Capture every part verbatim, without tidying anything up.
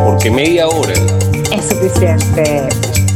porque media hora es suficiente.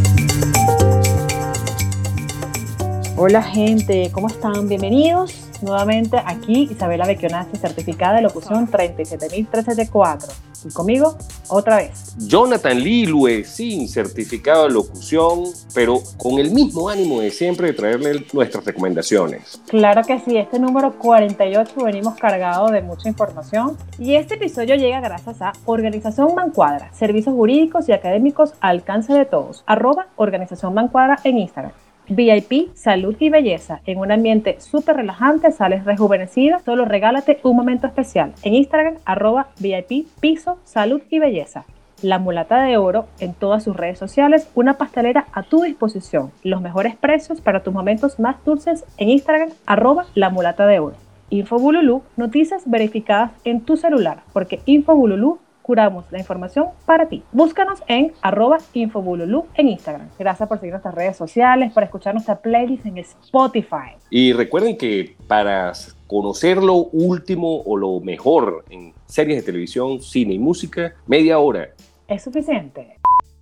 Hola gente, ¿cómo están? Bienvenidos nuevamente aquí, Isabela Becchionazzi, certificada de locución treinta y siete mil trescientos setenta y cuatro. Y conmigo, otra vez. Jonathan Lilue, sin certificado de locución, pero con el mismo ánimo de siempre de traerle nuestras recomendaciones. Claro que sí, este número cuarenta y ocho venimos cargados de mucha información. Y este episodio llega gracias a Organización Mancuadra, servicios jurídicos y académicos al alcance de todos. Arroba Organización Mancuadra en Instagram. V I P, salud y belleza. En un ambiente súper relajante, sales rejuvenecida. Solo regálate un momento especial. En Instagram, arroba V I P, piso, salud y belleza. La Mulata de Oro, en todas sus redes sociales, una pastelera a tu disposición. Los mejores precios para tus momentos más dulces en Instagram, arroba La Mulata de Oro. Infobululú, noticias verificadas en tu celular, porque Infobululú curamos la información para ti. Búscanos en arroba Infobululú en Instagram. Gracias por seguir nuestras redes sociales, por escuchar nuestra playlist en Spotify. Y recuerden que para conocer lo último o lo mejor en series de televisión, cine y música, media hora es suficiente.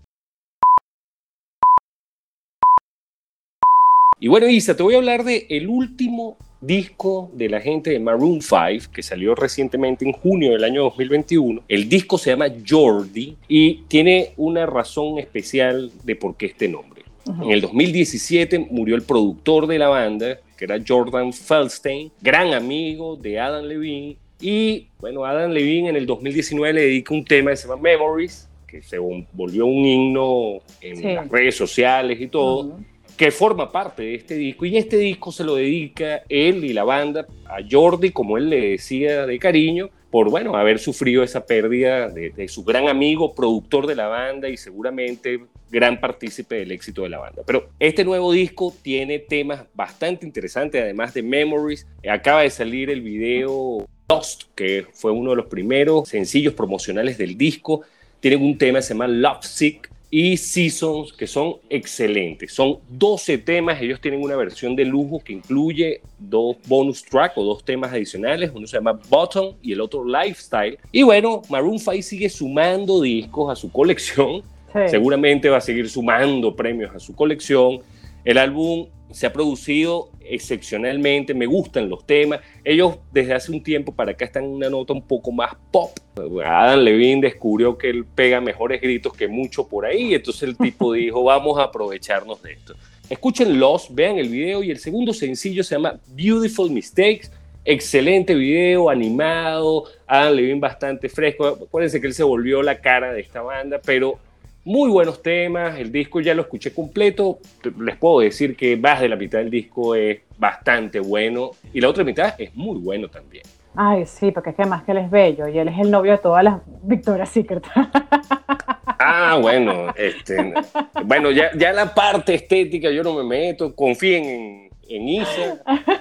Y bueno, Isa, te voy a hablar de el último disco de la gente de Maroon cinco que salió recientemente en junio del año dos mil veintiuno. El disco se llama Jordi y tiene una razón especial de por qué este nombre. Uh-huh. En el dos mil diecisiete murió el productor de la banda, que era Jordan Feldstein, gran amigo de Adam Levine. Y bueno, Adam Levine en el dos mil diecinueve le dedica un tema que se llama Memories, que se volvió un himno en sí. las redes sociales y todo. Uh-huh. Que forma parte de este disco, y este disco se lo dedica él y la banda a Jordi, como él le decía de cariño, por, bueno, haber sufrido esa pérdida de, de su gran amigo, productor de la banda y seguramente gran partícipe del éxito de la banda. Pero este nuevo disco tiene temas bastante interesantes, además de Memories. Acaba de salir el video Lost, que fue uno de los primeros sencillos promocionales del disco. Tienen un tema que se llama Love Sick, y Seasons, que son excelentes. Son doce temas, ellos tienen una versión de lujo que incluye dos bonus tracks o dos temas adicionales, uno se llama Bottom y el otro Lifestyle. Y bueno, Maroon cinco sigue sumando discos a su colección, sí. seguramente va a seguir sumando premios a su colección. El álbum se ha producido excepcionalmente, me gustan los temas. Ellos desde hace un tiempo para acá están en una nota un poco más pop. Adam Levine descubrió que él pega mejores gritos que mucho por ahí, entonces el tipo dijo, vamos a aprovecharnos de esto. Escuchen Lost, vean el video, y el segundo sencillo se llama Beautiful Mistakes. Excelente video, animado, Adam Levine bastante fresco. Acuérdense que él se volvió la cara de esta banda, pero muy buenos temas. El disco ya lo escuché completo. Les puedo decir que más de la mitad del disco es bastante bueno y la otra mitad es muy bueno también. Ay, sí, porque es que más que él es bello y él es el novio de todas las Victoria's Secret. Ah, bueno, este, bueno, ya, ya la parte estética yo no me meto. Confíen en, en Isa.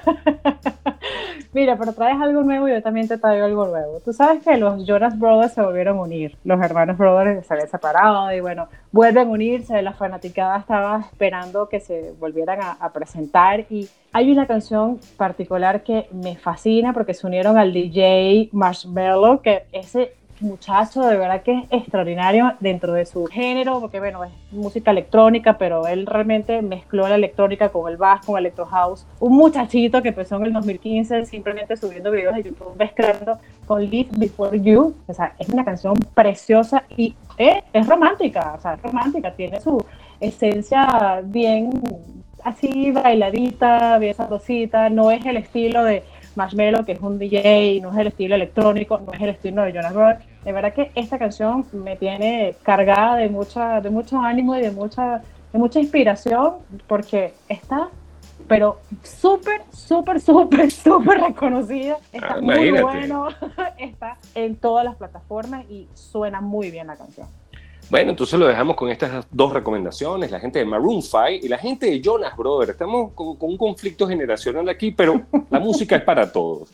Mira, pero traes algo nuevo y yo también te traigo algo nuevo. Tú sabes que los Jonas Brothers se volvieron a unir. Los hermanos Brothers se habían separado y bueno, vuelven a unirse. La fanaticada estaba esperando que se volvieran a, a presentar. Y hay una canción particular que me fascina porque se unieron al D J Marshmello, que ese muchacho de verdad que es extraordinario dentro de su género, porque bueno, es música electrónica, pero él realmente mezcló la electrónica con el bass, con el electro house. Un muchachito que empezó en el dos mil quince simplemente subiendo videos de YouTube mezclando con Live Before You. O sea, es una canción preciosa y eh, es romántica, o sea, es romántica, tiene su esencia bien así bailadita, bien sabrosita, no es el estilo de Marshmello, que es un D J, no es el estilo electrónico, no es el estilo de Jonas Brothers. De verdad que esta canción me tiene cargada de mucha, de mucho ánimo y de mucha, de mucha inspiración, porque está, pero súper, súper, súper, súper reconocida. Está ah, muy bueno, está en todas las plataformas y suena muy bien la canción. Bueno, entonces lo dejamos con estas dos recomendaciones, la gente de Maroon cinco y la gente de Jonas Brothers. Estamos con, con un conflicto generacional aquí, pero la música es para todos.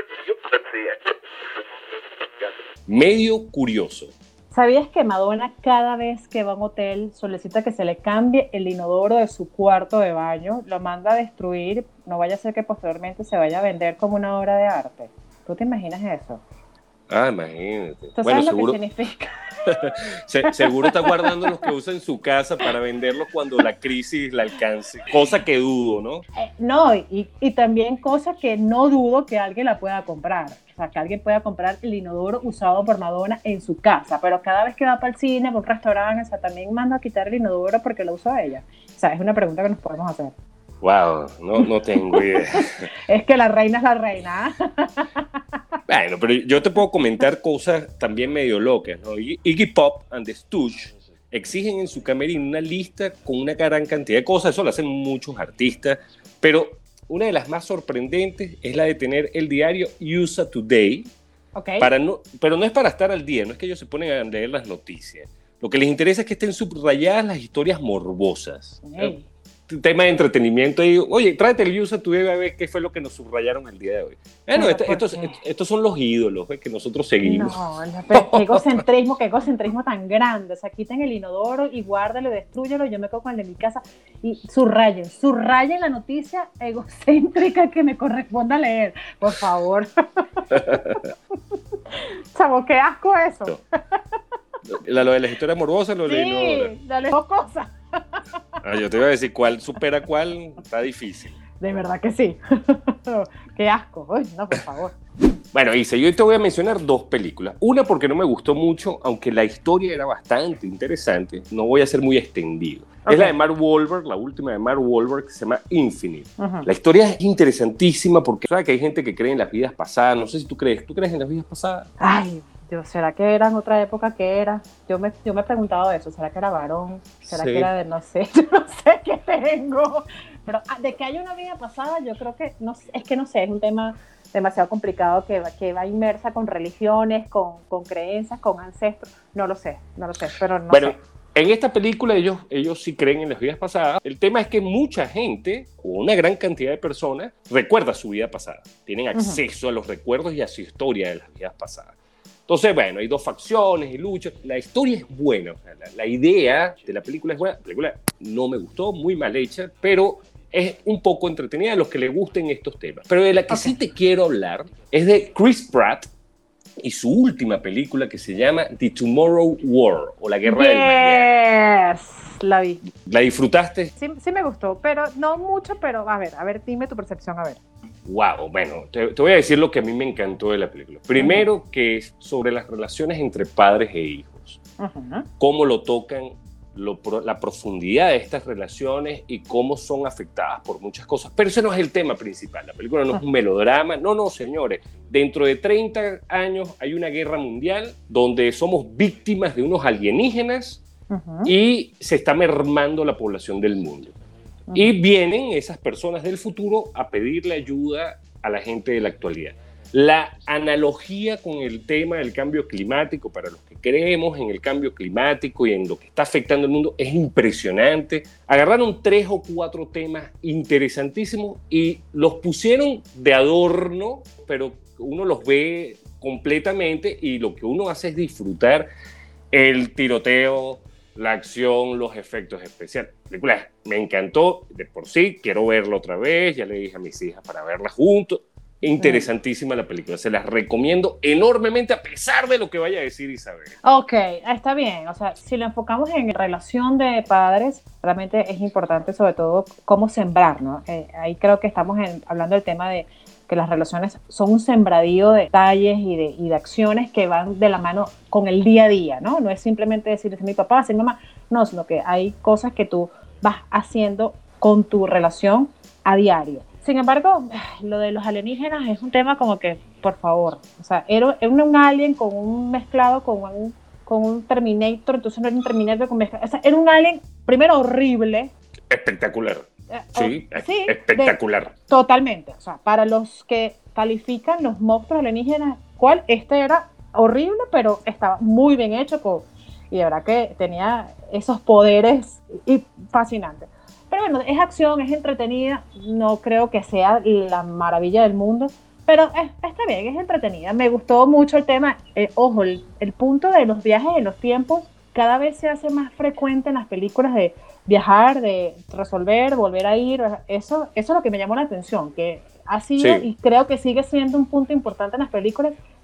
Medio curioso. ¿Sabías que Madonna cada vez que va a un hotel solicita que se le cambie el inodoro de su cuarto de baño? Lo manda a destruir, no vaya a ser que posteriormente se vaya a vender como una obra de arte. ¿Tú te imaginas eso? Ah, imagínate. ¿Tú Bueno, sabes lo seguro, que significa? se- seguro está guardando los que usa en su casa para venderlos cuando la crisis la alcance. Cosa que dudo, ¿no? Eh, no, y, y también cosas que no dudo que alguien la pueda comprar. O sea, que alguien pueda comprar el inodoro usado por Madonna en su casa, pero cada vez que va para el cine, para un restaurante, o sea, también manda a quitar el inodoro porque lo usa ella. O sea, es una pregunta que nos podemos hacer. Wow, no, no tengo idea. Es que la reina es la reina. Bueno, pero yo te puedo comentar cosas también medio locas, ¿no? I- Iggy Pop and the Stooges exigen en su camerino una lista con una gran cantidad de cosas, eso lo hacen muchos artistas, pero una de las más sorprendentes es la de tener el diario U S A Today, Ok. para no, pero no es para estar al día, no es que ellos se ponen a leer las noticias. Lo que les interesa es que estén subrayadas las historias morbosas. Hey. Tema de entretenimiento y, oye, tráete el user Today a ver qué fue lo que nos subrayaron el día de hoy. Bueno, Pero esta- ¿por estos, qué? estos, estos son los ídolos, ¿ves? Que nosotros seguimos. No, no, pero qué egocentrismo, qué egocentrismo tan grande. O sea, quiten el inodoro y guárdalo, destrúyelo. Yo me quedo con el de mi casa y subrayen, subrayen la noticia egocéntrica que me corresponda leer, por favor. Chavo, qué asco eso. La, lo de la historia morbosa, lo de la inodora. Sí, dale dos cosas. Ah, yo te iba a decir cuál supera cuál, está difícil. De verdad que sí. Qué asco. Uy, no, por favor. Bueno, Isa, yo te voy a mencionar dos películas. Una porque no me gustó mucho, aunque la historia era bastante interesante. No voy a ser muy extendido. Okay. Es la de Mark Wahlberg, la última de Mark Wahlberg, que se llama Infinite. Uh-huh. La historia es interesantísima porque sabes que hay gente que cree en las vidas pasadas. No sé si tú crees. ¿Tú crees en las vidas pasadas? Ay, Dios, ¿será que era en otra época que era? Yo me, yo me he preguntado eso. ¿Será que era varón? ¿Será Sí. que era de no sé? Yo no sé qué tengo. Pero ah, de que haya una vida pasada, yo creo que, no, es que no sé, es un tema demasiado complicado que, que va inmersa con religiones, con, con creencias, con ancestros. No lo sé, no lo sé, pero no bueno, sé. En esta película ellos, ellos sí creen en las vidas pasadas. El tema es que mucha gente, o una gran cantidad de personas, recuerda su vida pasada. Tienen acceso uh-huh. a los recuerdos y a su historia de las vidas pasadas. Entonces, bueno, hay dos facciones y luchas. La historia es buena. O sea, la, la idea de la película es buena. La película no me gustó, muy mal hecha, pero es un poco entretenida a los que les gusten estos temas. Pero de la que okay. sí te quiero hablar es de Chris Pratt y su última película que se llama The Tomorrow War, o La Guerra yes, del Mañana. La vi. ¿La disfrutaste? Sí, sí me gustó, pero no mucho, pero a ver, a ver, dime tu percepción, a ver. Wow, bueno, te, te voy a decir lo que a mí me encantó de la película. Primero, uh-huh. que es sobre las relaciones entre padres e hijos. Uh-huh. Cómo lo tocan, lo, la profundidad de estas relaciones y cómo son afectadas por muchas cosas. Pero ese no es el tema principal. La película no uh-huh. es un melodrama. No, no, señores. Dentro de treinta años hay una guerra mundial donde somos víctimas de unos alienígenas uh-huh. y se está mermando la población del mundo. Uh-huh. Y vienen esas personas del futuro a pedirle ayuda a la gente de la actualidad. La analogía con el tema del cambio climático, para los que creemos en el cambio climático y en lo que está afectando el mundo, es impresionante. Agarraron tres o cuatro temas interesantísimos y los pusieron de adorno, pero uno los ve completamente y lo que uno hace es disfrutar el tiroteo, la acción, los efectos especiales. La película me encantó de por sí, quiero verla otra vez, ya le dije a mis hijas para verla juntos. Interesantísima la película, se las recomiendo enormemente a pesar de lo que vaya a decir Isabel. Ok, está bien, o sea, si lo enfocamos en relación de padres, realmente es importante sobre todo cómo sembrar, ¿no? Eh, ahí creo que estamos en, hablando del tema de que las relaciones son un sembradío de detalles y de, y de acciones que van de la mano con el día a día, ¿no? No es simplemente decir, es mi papá, es mi mamá, no, sino que hay cosas que tú vas haciendo con tu relación a diario. Sin embargo, lo de los alienígenas es un tema como que, por favor, o sea, era, era un alien con un mezclado con un, con un Terminator, entonces no era un Terminator con mezclado, o sea, era un alien, primero horrible. Espectacular. Eh, sí, oh, sí, espectacular. De, totalmente, o sea, para los que califican los monstruos alienígenas, ¿cuál? Este era horrible, pero estaba muy bien hecho con, y de verdad que tenía esos poderes y fascinantes. Pero bueno, es acción, es entretenida, no creo que sea la maravilla del mundo, pero es, está bien, es entretenida. Me gustó mucho el tema, eh, ojo, el, el punto de los viajes en los tiempos cada vez se hace más frecuente en las películas de viajar, de resolver, volver a ir, eso, eso es lo que me llamó la atención, que ha sido sí. y creo que sigue siendo un punto importante en las películas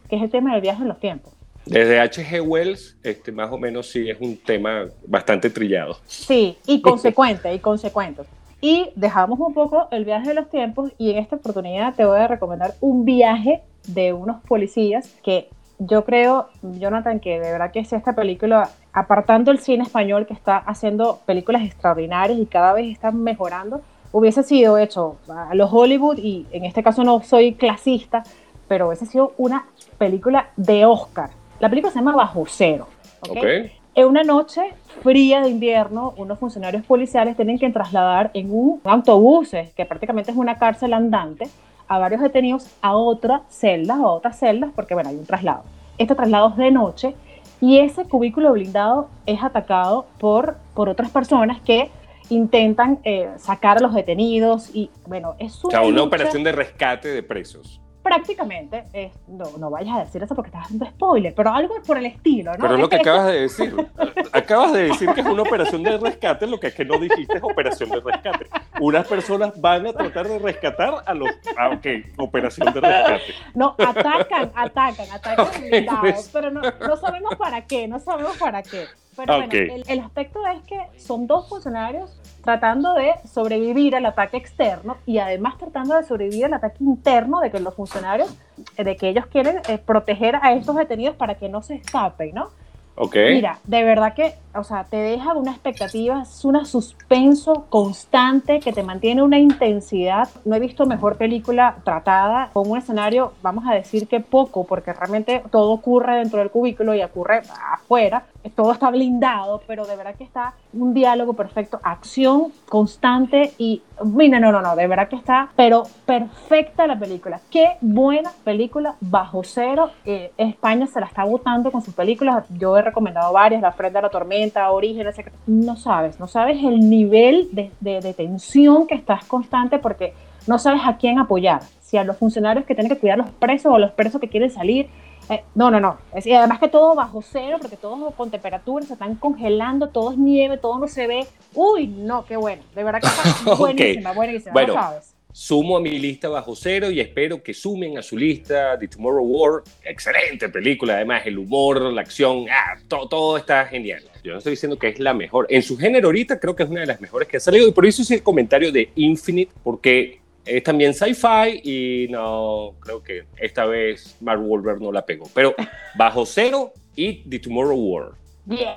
que es el tema del viaje en los tiempos. Desde H G. Wells, este, más o menos sí es un tema bastante trillado. Sí, y consecuente, y consecuente. Y dejamos un poco el viaje de los tiempos y en esta oportunidad te voy a recomendar un viaje de unos policías que yo creo, Jonathan, que de verdad que es esta película, apartando el cine español que está haciendo películas extraordinarias y cada vez están mejorando, hubiese sido hecho a los Hollywood, y en este caso no soy clasista, pero hubiese sido una película de Oscar. La película se llama Bajo Cero. ¿Okay? Okay. En una noche fría de invierno, unos funcionarios policiales tienen que trasladar en un autobús, que prácticamente es una cárcel andante, a varios detenidos a otras celdas o a otras celdas, porque bueno, hay un traslado. Este traslado es de noche y ese cubículo blindado es atacado por, por otras personas que intentan eh, sacar a los detenidos y bueno, es una, o sea, una lucha, operación de rescate de presos. Prácticamente, eh, no, no vayas a decir eso porque estás haciendo spoiler, pero algo por el estilo, ¿no? Pero es lo que es acabas de decir. Acabas de decir que es una operación de rescate, lo que es que no dijiste es operación de rescate. Unas personas van a tratar de rescatar a los... Ah, ok, operación de rescate. No, atacan, atacan, atacan Okay, blindados, pues. pero no, no sabemos para qué, no sabemos para qué. Pero Okay. bueno, el, el aspecto es que son dos funcionarios tratando de sobrevivir al ataque externo y además tratando de sobrevivir al ataque interno de que los funcionarios, de que ellos quieren eh, proteger a estos detenidos para que no se escapen, ¿no? Ok. Mira, de verdad que, o sea, te deja una expectativa, es un suspenso constante que te mantiene una intensidad. No he visto mejor película tratada con un escenario, vamos a decir que poco, porque realmente todo ocurre dentro del cubículo y ocurre afuera, todo está blindado, pero de verdad que está un diálogo perfecto, acción constante y, mira, no, no, no, de verdad que está, pero perfecta la película. Qué buena película, Bajo Cero. Eh, España se la está botando con sus películas, yo he recomendado varias, La Frente a la Tormenta, Orígenes, no sabes, no sabes el nivel de, de, de tensión que estás constante porque no sabes a quién apoyar, si a los funcionarios que tienen que cuidar a los presos o a los presos que quieren salir. Eh, no, no, no. Es, y además que todo bajo cero, porque todo con temperatura, se están congelando, todo es nieve, todo no se ve. Uy, no, qué bueno. De verdad que está buenísima, okay. buenísima. Bueno, no sabes. Sumo a mi lista Bajo Cero y espero que sumen a su lista The Tomorrow War. Excelente película, además el humor, la acción, ah, todo, todo está genial. Yo no estoy diciendo que es la mejor. En su género ahorita creo que es una de las mejores que ha salido y por eso hice el comentario de Infinite, porque es también sci-fi y no, creo que esta vez Mark Wahlberg no la pegó. Pero Bajo Cero y The Tomorrow War. Yeah.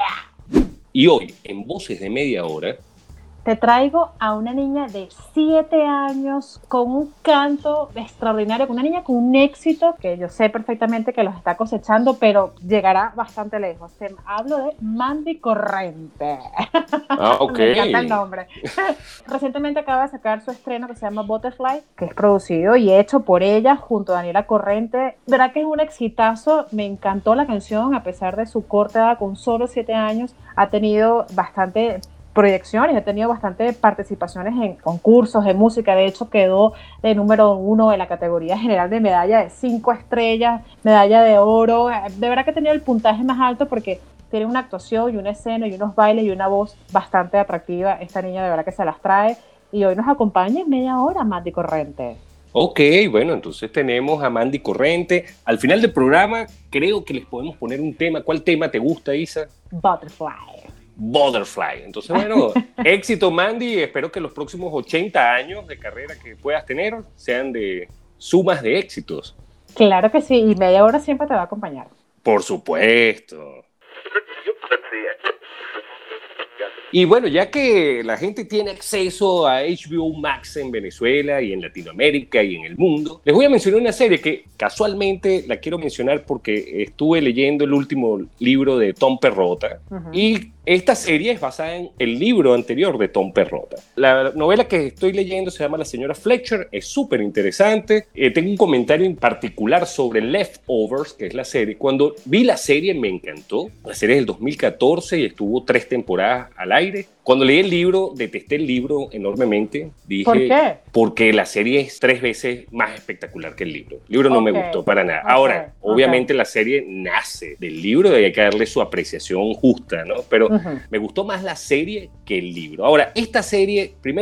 Y hoy, en Voces de Media Hora, te traigo a una niña de siete años con un canto extraordinario, con una niña con un éxito que yo sé perfectamente que los está cosechando, pero llegará bastante lejos. Te hablo de Mandy Corrente. Ah, ok. Me encanta el nombre. Recientemente acaba de sacar su estreno que se llama Butterfly, que es producido y hecho por ella junto a Daniela Corrente. Verá que es un exitazo, me encantó la canción, a pesar de su corta edad, con solo siete años, ha tenido bastante proyecciones, ha tenido bastantes participaciones en concursos de música, de hecho quedó de número uno en la categoría general de medalla de cinco estrellas, medalla de oro, de verdad que ha tenido el puntaje más alto porque tiene una actuación y una escena y unos bailes y una voz bastante atractiva, esta niña de verdad que se las trae y hoy nos acompaña en media hora Mandy Corrente. Ok, bueno, entonces tenemos a Mandy Corrente. Al final del programa creo que les podemos poner un tema. ¿Cuál tema te gusta, Isa? Butterfly. Butterfly. Entonces, bueno, éxito, Mandy. Espero que los próximos ochenta años de carrera que puedas tener sean de sumas de éxitos. Claro que sí, y media hora siempre te va a acompañar. Por supuesto. Y bueno, ya que la gente tiene acceso a H B O Max en Venezuela y en Latinoamérica y en el mundo, les voy a mencionar una serie que casualmente la quiero mencionar porque estuve leyendo el último libro de Tom Perrotta. Uh-huh. Y esta serie es basada en el libro anterior de Tom Perrotta. La novela que estoy leyendo se llama La señora Fletcher, es súper interesante. Eh, tengo un comentario en particular sobre Leftovers, que es la serie. Cuando vi la serie me encantó. La serie es del dos mil catorce y estuvo tres temporadas al aire. Cuando leí el libro, detesté el libro enormemente. Dije, ¿por qué? Porque la serie es tres veces más espectacular que el libro. El libro no okay. me gustó para nada. Okay. Ahora, okay. obviamente la serie nace del libro y hay que darle su apreciación justa, ¿no? Pero uh-huh. me gustó más la serie que el libro. Ahora, esta serie, primero,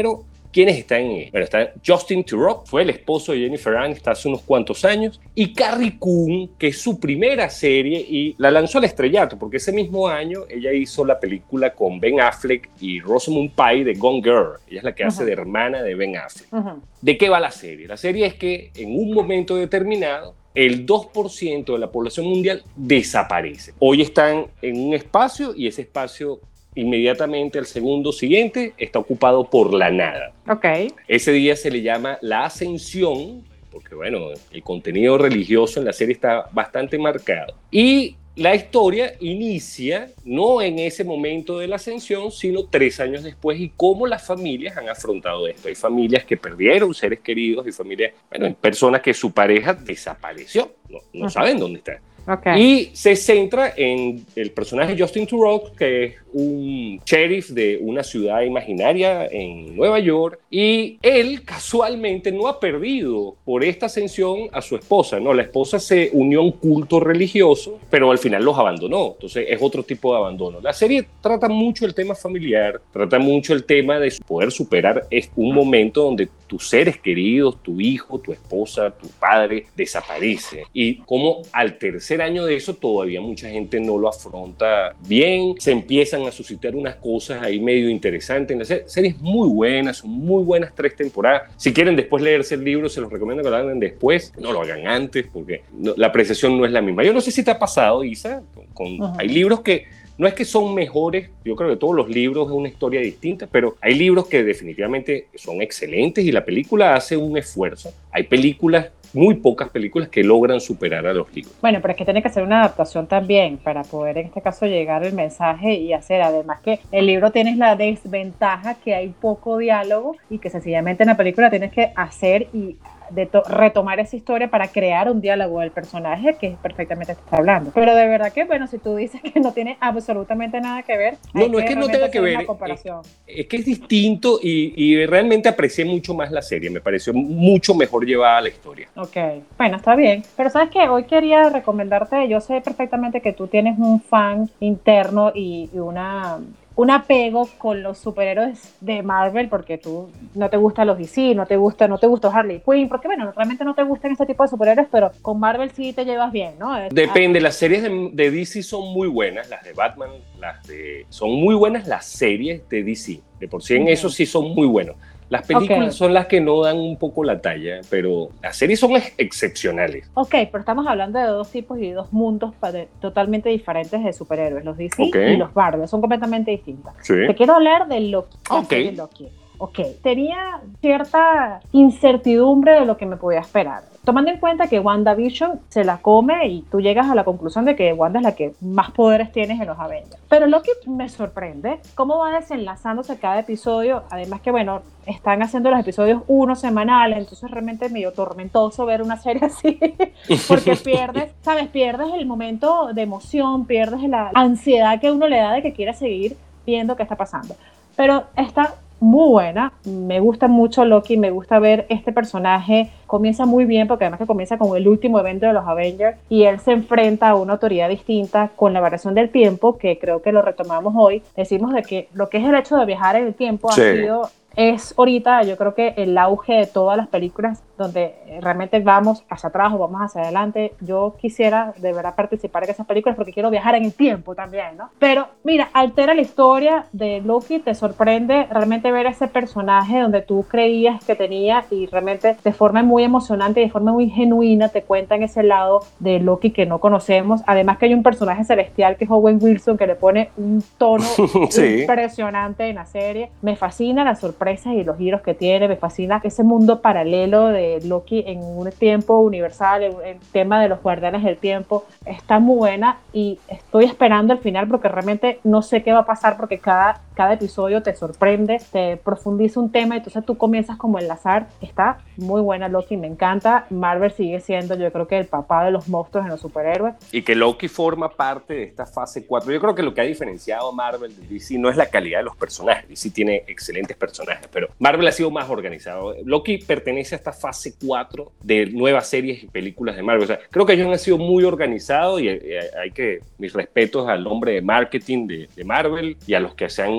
¿Quiénes están en ella? Bueno, está Justin Theroux, fue el esposo de Jennifer Aniston hace unos cuantos años, y Carrie Coon, que es su primera serie y la lanzó al estrellato, porque ese mismo año ella hizo la película con Ben Affleck y Rosamund Pike de Gone Girl. Ella es la que hace uh-huh. de hermana de Ben Affleck. Uh-huh. ¿De qué va la serie? La serie es que en un momento determinado el dos por ciento de la población mundial desaparece. Hoy están en un espacio y ese espacio inmediatamente al segundo siguiente está ocupado por la nada. Okay. Ese día se le llama la Ascensión, porque bueno, el contenido religioso en la serie está bastante marcado. Y la historia inicia no en ese momento de la ascensión, sino tres años después, y cómo las familias han afrontado esto. Hay familias que perdieron seres queridos y familias, bueno, hay personas que su pareja desapareció, no, no saben dónde está. Okay. Y se centra en el personaje Justin Theroux, que es un sheriff de una ciudad imaginaria en Nueva York, y él casualmente no ha perdido por esta ascensión a su esposa, ¿no? La esposa se unió a un culto religioso, pero al final los abandonó, entonces es otro tipo de abandono. La serie trata mucho el tema familiar, trata mucho el tema de poder superar un momento donde tus seres queridos, tu hijo, tu esposa, tu padre, desaparece, y cómo al tercer año de eso todavía mucha gente no lo afronta bien, se empiezan a suscitar unas cosas ahí medio interesantes. La serie, serie es muy buena, son muy buenas tres temporadas. Si quieren después leerse el libro, se los recomiendo que lo hagan después, no lo hagan antes, porque no, la apreciación no es la misma. Yo no sé si te ha pasado, Isa, con, con, uh-huh. hay libros que no es que son mejores, yo creo que todos los libros es una historia distinta, pero hay libros que definitivamente son excelentes y la película hace un esfuerzo. Hay películas, muy pocas películas que logran superar a los libros. Bueno, pero es que tiene que ser una adaptación también para poder en este caso llegar el mensaje y hacer, además que el libro tienes la desventaja que hay poco diálogo y que sencillamente en la película tienes que hacer y de to- retomar esa historia para crear un diálogo del personaje que perfectamente te está hablando. Pero de verdad que, bueno, si tú dices que no tiene absolutamente nada que ver, no, no es que no tenga que ver, es, es que es distinto y, y realmente aprecié mucho más la serie, me pareció mucho mejor llevada a la historia. Ok, bueno, está bien, pero ¿sabes qué? Hoy quería recomendarte, yo sé perfectamente que tú tienes un fan interno y, y una... un apego con los superhéroes de Marvel, porque tú no te gustan los D C, no te gusta, no te gustó Harley Quinn, porque bueno, realmente no te gustan ese tipo de superhéroes, pero con Marvel sí te llevas bien, ¿no? Depende, las series de, de D C son muy buenas, las de Batman, las de, son muy buenas las series de D C, de por sí en uh-huh. eso sí son muy buenos. Las películas okay. son las que no dan un poco la talla, pero las series son ex- excepcionales. Ok, pero estamos hablando de dos tipos y dos mundos para, totalmente diferentes de superhéroes, los D C okay. y los Marvel, son completamente distintas. Sí. Te quiero hablar de Loki. Okay. De Loki. Ok, tenía cierta incertidumbre de lo que me podía esperar. Tomando en cuenta que WandaVision se la come y tú llegas a la conclusión de que Wanda es la que más poderes tienes en los Avengers. Pero Loki me sorprende cómo va desenlazándose cada episodio. Además que, bueno, están haciendo los episodios uno semanales, entonces realmente es medio tormentoso ver una serie así, porque pierdes, ¿sabes? Pierdes el momento de emoción, pierdes la ansiedad que uno le da de que quiera seguir viendo qué está pasando. Pero está muy buena, me gusta mucho Loki, me gusta ver este personaje, comienza muy bien porque además que comienza con el último evento de los Avengers y él se enfrenta a una autoridad distinta con la variación del tiempo, que creo que lo retomamos hoy, decimos de que lo que es el hecho de viajar en el tiempo sí. ha sido, es ahorita yo creo que el auge de todas las películas donde realmente vamos hacia atrás o vamos hacia adelante. Yo quisiera de verdad participar en esas películas porque quiero viajar en el tiempo también, ¿no? Pero mira, altera la historia de Loki, te sorprende realmente ver ese personaje donde tú creías que tenía y realmente de forma muy emocionante y de forma muy genuina te cuentan ese lado de Loki que no conocemos. Además que hay un personaje celestial que es Owen Wilson que le pone un tono sí. impresionante en la serie. Me fascina las sorpresas y los giros que tiene, me fascina ese mundo paralelo de Loki en un tiempo universal, el, el tema de los guardianes del tiempo está muy buena y estoy esperando el final porque realmente no sé qué va a pasar porque cada, cada episodio te sorprende, te profundiza un tema y entonces tú comienzas como a enlazar. Está muy buena Loki, me encanta. Marvel sigue siendo yo creo que el papá de los monstruos en los superhéroes. Y que Loki forma parte de esta fase cuatro. Yo creo que lo que ha diferenciado a Marvel de D C no es la calidad de los personajes, D C tiene excelentes personajes, pero Marvel ha sido más organizado. Loki pertenece a esta fase cuatro de nuevas series y películas de Marvel. O sea, creo que ellos han sido muy organizados y hay que, mis respetos al hombre de marketing de, de Marvel y a los que se han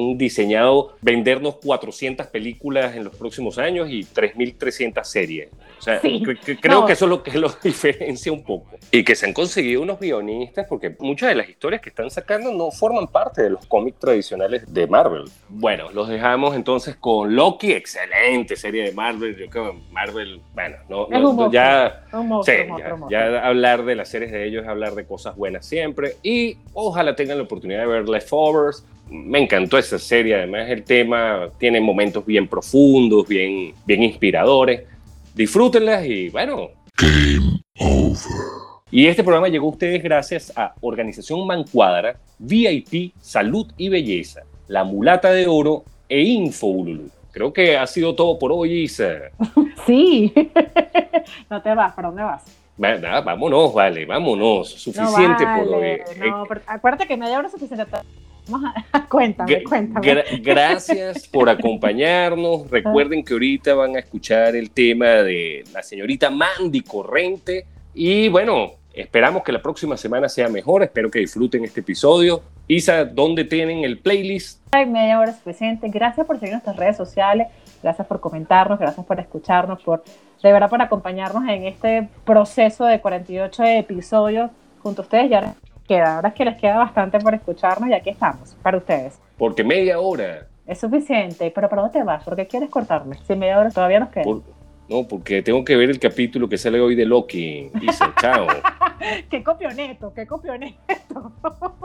han diseñado vendernos cuatrocientas películas en los próximos años y tres mil trescientas series. O sea, Sí. cre- cre- creo No. que eso es lo que los diferencia un poco. Y que se han conseguido unos guionistas, porque muchas de las historias que están sacando no forman parte de los cómics tradicionales de Marvel. Bueno, los dejamos entonces con Loki, excelente serie de Marvel. Yo creo que Marvel, bueno, no, Es no, un no, monstruo, ya... un monstruo, Sí, un monstruo, ya, un monstruo. ya hablar de las series de ellos es hablar de cosas buenas siempre. Y ojalá tengan la oportunidad de ver Leftovers. Me encantó esa serie. Además, el tema tiene momentos bien profundos, bien, bien inspiradores. Disfrútenlas y bueno. Game over. Y este programa llegó a ustedes gracias a Organización Mancuadra, V I P, Salud y Belleza, La Mulata de Oro e Infobululu. Creo que ha sido todo por hoy, Isa. Sí. No te vas, ¿para dónde vas? Va- nada, vámonos, vale, vámonos. Suficiente no vale, por hoy. No, pero acuérdate que media hora es suficiente. Vamos a... Cuéntame, Gra- cuéntame. gra- gracias por acompañarnos. Recuerden que ahorita van a escuchar el tema de la señorita Mandy Corrente. Y bueno, esperamos que la próxima semana sea mejor. Espero que disfruten este episodio. Isa, ¿dónde tienen el playlist? Media hora es suficiente. Gracias por seguir nuestras redes sociales. Gracias por comentarnos. Gracias por escucharnos. Por, de verdad, por acompañarnos en este proceso de cuarenta y ocho episodios junto a ustedes. Y ahora queda, ahora es que les queda bastante por escucharnos y aquí estamos, para ustedes. Porque media hora. Es suficiente, pero ¿para dónde te vas? ¿Por qué quieres cortarme? Si media hora todavía nos queda. Por- no, porque tengo que ver el capítulo que sale hoy de Loki. Isa, chao. ¡Qué copioneto! ¡Qué copioneto!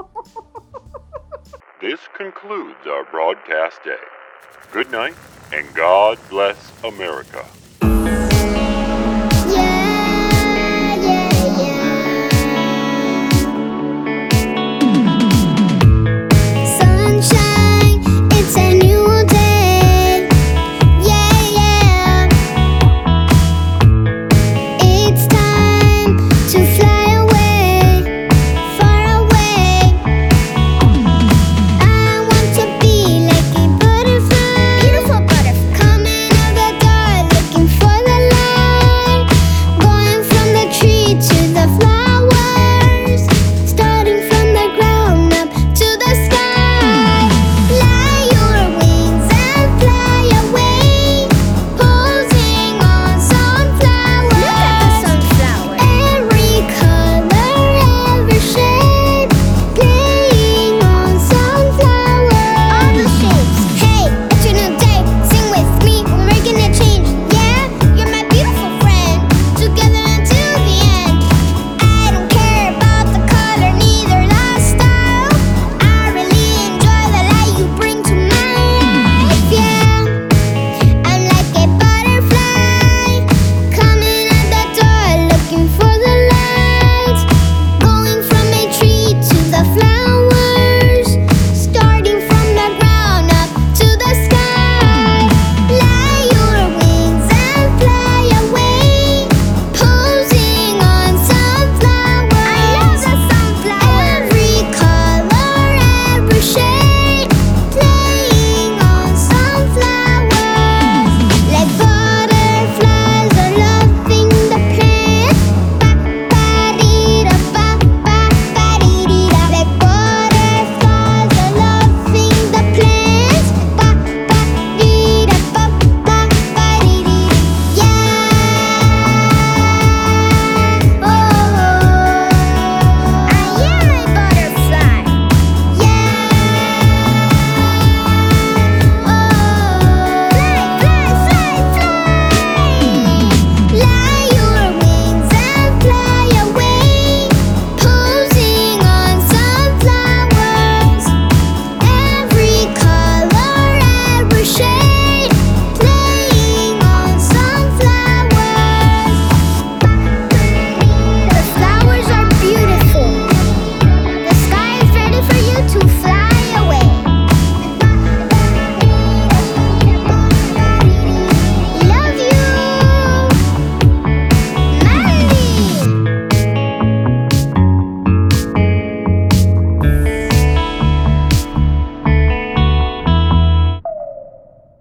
This concludes our broadcast day. Good night, and God bless America.